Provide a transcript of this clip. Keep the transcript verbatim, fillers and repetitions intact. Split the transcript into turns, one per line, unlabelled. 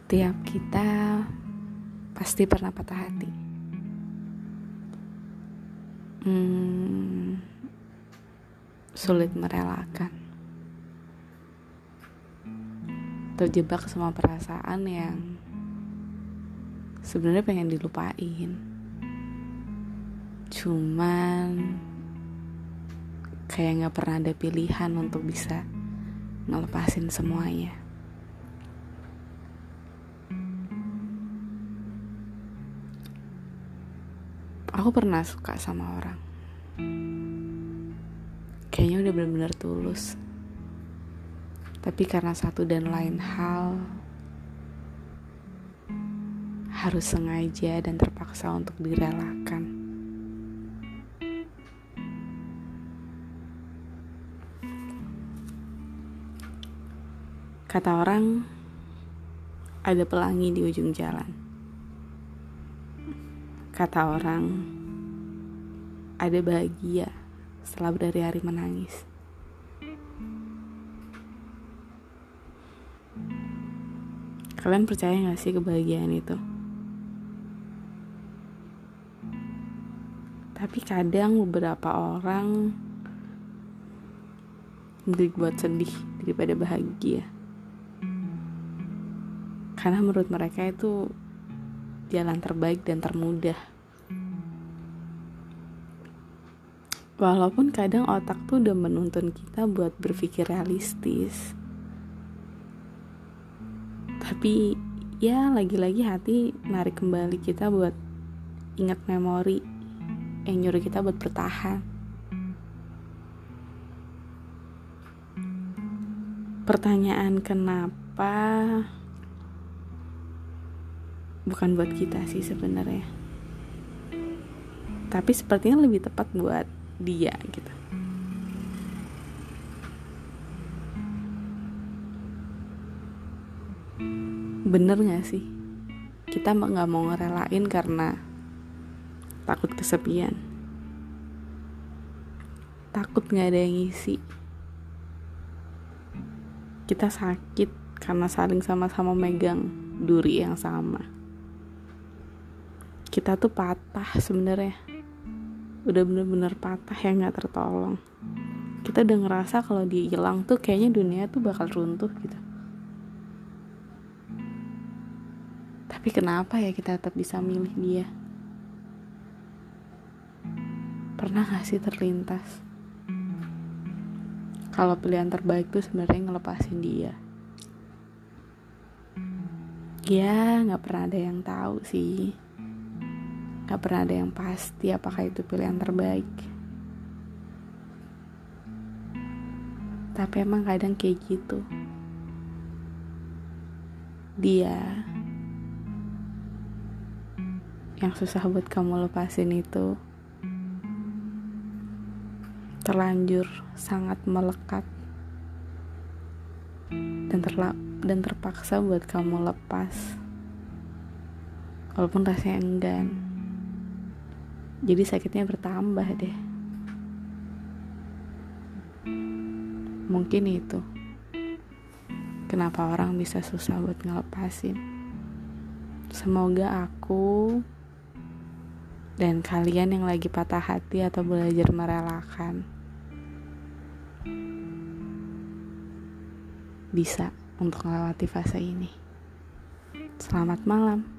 Setiap kita pasti pernah patah hati. Hmm, sulit merelakan. Terjebak sama perasaan yang sebenarnya pengen dilupain. Cuman kayak gak pernah ada pilihan untuk bisa ngelepasin semuanya. Aku pernah suka sama orang. Kayaknya udah benar-benar tulus. Tapi karena satu dan lain hal, harus sengaja dan terpaksa untuk direlakan. Kata orang, ada pelangi di ujung jalan. Kata orang, ada bahagia setelah berhari-hari menangis. Kalian percaya gak sih kebahagiaan itu? Tapi kadang beberapa orang lebih buat sedih daripada bahagia. Karena menurut mereka itu jalan terbaik dan termudah. Walaupun kadang otak tuh udah menuntun kita buat berpikir realistis. Tapi ya lagi-lagi hati narik kembali kita buat ingat memori yang nyuruh kita buat bertahan. Pertanyaan kenapa bukan buat kita sih sebenarnya, tapi sepertinya lebih tepat buat dia gitu. Bener gak sih kita gak mau ngerelain karena takut kesepian, takut gak ada yang ngisi. Kita sakit karena saling sama-sama megang duri yang sama. Kita tuh patah sebenarnya, udah bener-bener patah yang gak tertolong. Kita udah ngerasa kalau dia hilang tuh kayaknya dunia tuh bakal runtuh gitu. Tapi kenapa ya kita tetap bisa milih dia? Pernah gak sih terlintas kalau pilihan terbaik tuh sebenarnya ngelepasin dia? Ya gak pernah ada yang tahu sih. Gak pernah ada yang pasti apakah itu pilihan terbaik. Tapi emang kadang kayak gitu. Dia yang susah buat kamu lepasin itu terlanjur sangat melekat dan terla- dan terpaksa buat kamu lepas walaupun rasanya enggan. Jadi sakitnya bertambah deh. Mungkin itu kenapa orang bisa susah buat ngelepasin. Semoga aku dan kalian yang lagi patah hati atau belajar merelakan bisa untuk melewati fase ini. Selamat malam.